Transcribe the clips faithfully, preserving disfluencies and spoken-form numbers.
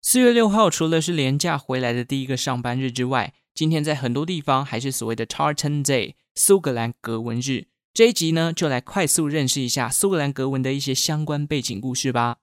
四月六号除了是连假回来的第一个上班日之外，今天在很多地方还是所谓的 Tartan Day 苏格兰格纹日。这一集呢，就来快速认识一下苏格兰格纹的一些相关背景故事吧。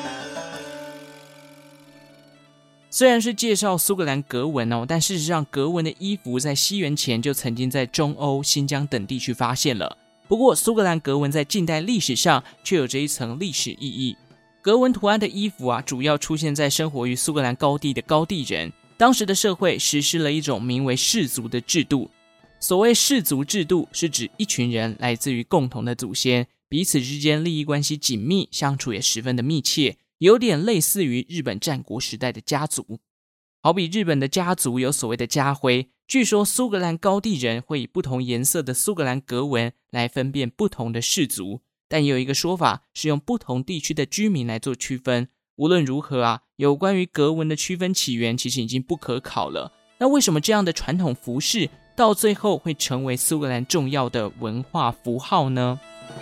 虽然是介绍苏格兰格纹哦，但事实上格纹的衣服在西元前就曾经在中欧、新疆等地区发现了。不过苏格兰格纹在近代历史上却有着一层历史意义。格纹图案的衣服啊，主要出现在生活于苏格兰高地的高地人。当时的社会实施了一种名为氏族的制度。所谓氏族制度，是指一群人来自于共同的祖先，彼此之间利益关系紧密，相处也十分的密切，有点类似于日本战国时代的家族。好比日本的家族有所谓的家徽，据说苏格兰高地人会以不同颜色的苏格兰格纹来分辨不同的氏族，但也有一个说法是用不同地区的居民来做区分。无论如何啊，有关于格纹的区分起源其实已经不可考了。那为什么这样的传统服饰到最后会成为苏格兰重要的文化符号呢？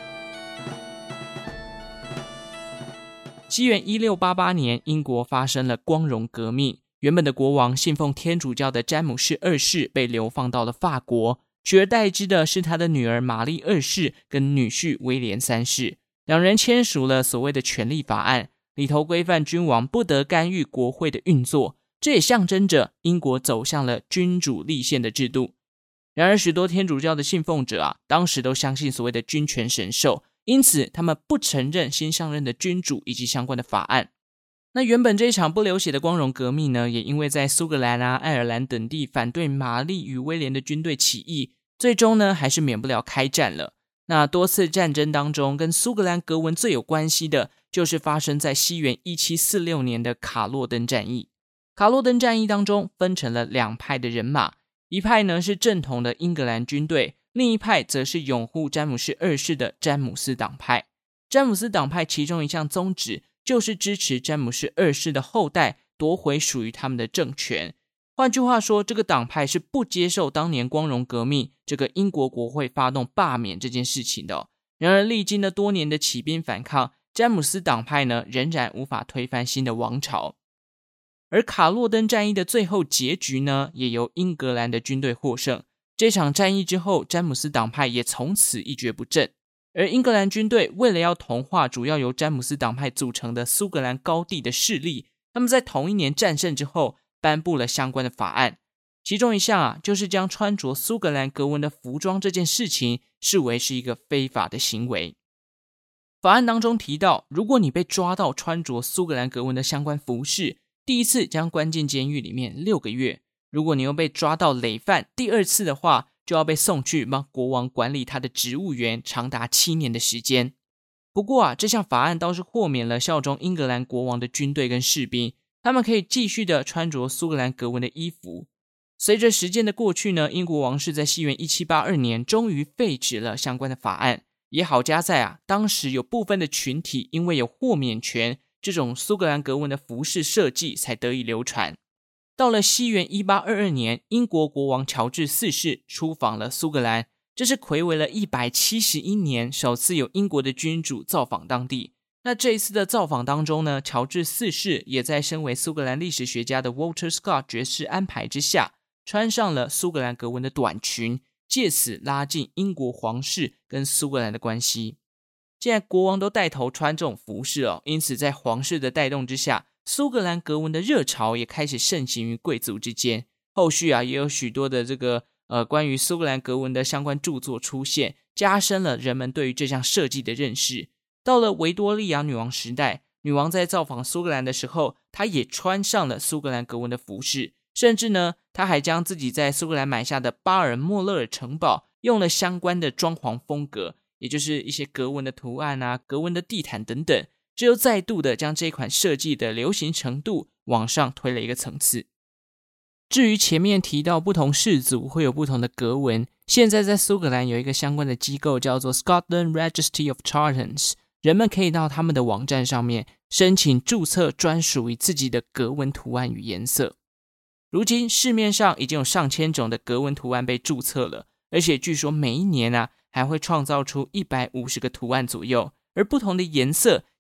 西元一六八八年，英国发生了光荣革命，原本的国王信奉天主教的詹姆士二世被流放到了法国，取而代之的是他的女儿玛丽二世跟女婿威廉三世，两人签署了所谓的权利法案，里头规范君王不得干预国会的运作，这也象征着英国走向了君主立宪的制度。然而许多天主教的信奉者啊，当时都相信所谓的君权神授，因此他们不承认新上任的君主以及相关的法案。那原本这一场不流血的光荣革命呢，也因为在苏格兰啊、爱尔兰等地反对玛丽与威廉的军队起义，最终呢还是免不了开战了。那多次战争当中，跟苏格兰格纹最有关系的就是发生在西元一七四六年的卡洛登战役。卡洛登战役当中分成了两派的人马，一派呢是正统的英格兰军队，另一派则是拥护詹姆士二世的詹姆斯党派。詹姆斯党派其中一项宗旨就是支持詹姆士二世的后代夺回属于他们的政权。换句话说，这个党派是不接受当年光荣革命这个英国国会发动罢免这件事情的哦。然而历经了多年的起兵反抗，詹姆斯党派呢仍然无法推翻新的王朝。而卡洛登战役的最后结局呢，也由英格兰的军队获胜。这场战役之后，詹姆斯党派也从此一蹶不振。而英格兰军队为了要同化主要由詹姆斯党派组成的苏格兰高地的势力，他们在同一年战胜之后颁布了相关的法案，其中一项啊，就是将穿着苏格兰格纹的服装这件事情视为是一个非法的行为。法案当中提到，如果你被抓到穿着苏格兰格纹的相关服饰，第一次将关进监狱里面六个月，如果你又被抓到累犯，第二次的话就要被送去帮国王管理他的植物园，长达七年的时间。不过啊，这项法案倒是豁免了效忠英格兰国王的军队跟士兵，他们可以继续的穿着苏格兰格纹的衣服。随着时间的过去呢，英国王室在西元一七八二年终于废止了相关的法案，也好加在啊，当时有部分的群体因为有豁免权，这种苏格兰格纹的服饰设计才得以流传。到了西元一八二二年，英国国王乔治四世出访了苏格兰，这是睽违了一百七十一年首次有英国的君主造访当地。那这一次的造访当中呢，乔治四世也在身为苏格兰历史学家的 Walter Scott 爵士安排之下，穿上了苏格兰格纹的短裙，借此拉近英国皇室跟苏格兰的关系。既然国王都带头穿这种服饰哦，因此在皇室的带动之下，苏格兰格纹的热潮也开始盛行于贵族之间。后续啊，也有许多的这个呃关于苏格兰格纹的相关著作出现，加深了人们对于这项设计的认识。到了维多利亚女王时代，女王在造访苏格兰的时候，她也穿上了苏格兰格纹的服饰，甚至呢，她还将自己在苏格兰买下的巴尔莫勒尔城堡用了相关的装潢风格，也就是一些格纹的图案啊、格纹的地毯等等，这又再度的将这款设计的流行程度往上推了一个层次。至于前面提到不同氏族会有不同的格纹，现在在苏格兰有一个相关的机构叫做 Scotland Registry of Tartans， 人们可以到他们的网站上面申请注册专属于自己的格纹图案与颜色。如今市面上已经有上千种的格纹图案被注册了，而且据说每一年啊还会创造出一百五十个图案左右，而不同的颜色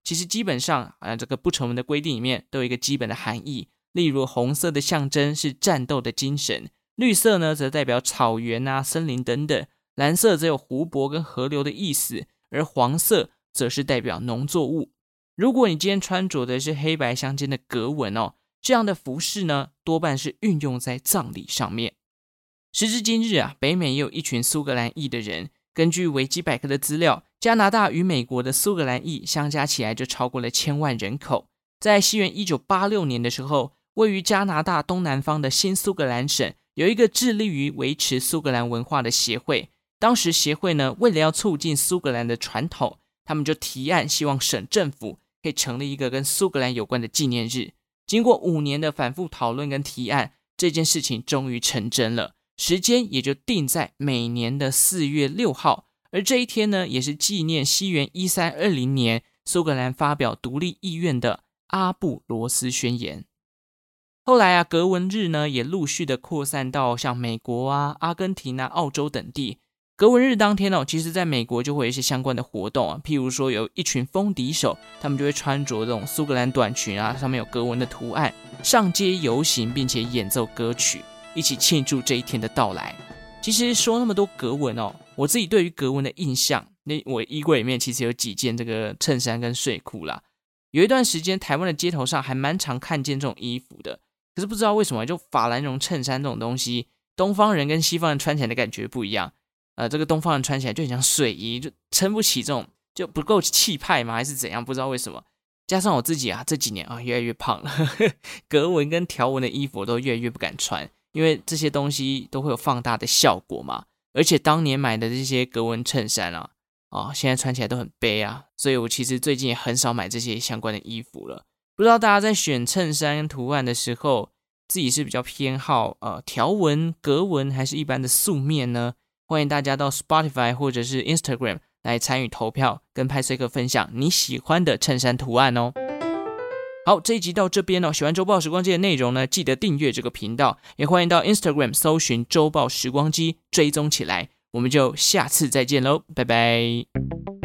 其实基本上啊，这个不成文的规定里面都有一个基本的含义。例如红色的象征是战斗的精神，绿色呢则代表草原啊、森林等等，蓝色则有湖泊跟河流的意思，而黄色则是代表农作物。如果你今天穿着的是黑白相间的格纹哦，这样的服饰呢多半是运用在葬礼上面。时至今日啊，北美也有一群苏格兰裔的人。根据维基百科的资料，加拿大与美国的苏格兰裔相加起来就超过了千万人口。在西元一九八六年的时候，位于加拿大东南方的新苏格兰省有一个致力于维持苏格兰文化的协会。当时协会呢，为了要促进苏格兰的传统，他们就提案希望省政府可以成立一个跟苏格兰有关的纪念日。经过五年的反复讨论跟提案，这件事情终于成真了。时间也就定在每年的四月六号，而这一天呢，也是纪念西元一三二零年苏格兰发表独立意愿的阿布罗斯宣言。后来啊，格纹日呢也陆续的扩散到像美国啊、阿根廷啊、澳洲等地。格纹日当天哦，其实在美国就会有一些相关的活动啊，譬如说有一群风笛手，他们就会穿着这种苏格兰短裙啊，上面有格纹的图案，上街游行，并且演奏歌曲，一起庆祝这一天的到来。其实说那么多格纹哦，我自己对于格纹的印象，那我衣柜里面其实有几件这个衬衫跟睡裤啦。有一段时间台湾的街头上还蛮常看见这种衣服的，可是不知道为什么就法兰绒衬衫这种东西，东方人跟西方人穿起来的感觉不一样。呃，这个东方人穿起来就很像睡衣，就撑不起这种，就不够气派吗？还是怎样？不知道为什么。加上我自己啊，这几年啊越来越胖了，呵呵，格纹跟条纹的衣服我都越来越不敢穿，因为这些东西都会有放大的效果嘛。而且当年买的这些格纹衬衫啊，啊，现在穿起来都很悲啊，所以我其实最近也很少买这些相关的衣服了。不知道大家在选衬衫图案的时候，自己是比较偏好呃条纹、格纹，还是一般的素面呢？欢迎大家到 Spotify 或者是 Instagram 来参与投票，跟派瑞克分享你喜欢的衬衫图案哦。好，这一集到这边哦。喜欢周报时光机的内容呢，记得订阅这个频道，也欢迎到 Instagram 搜寻周报时光机追踪起来。我们就下次再见喽，拜拜。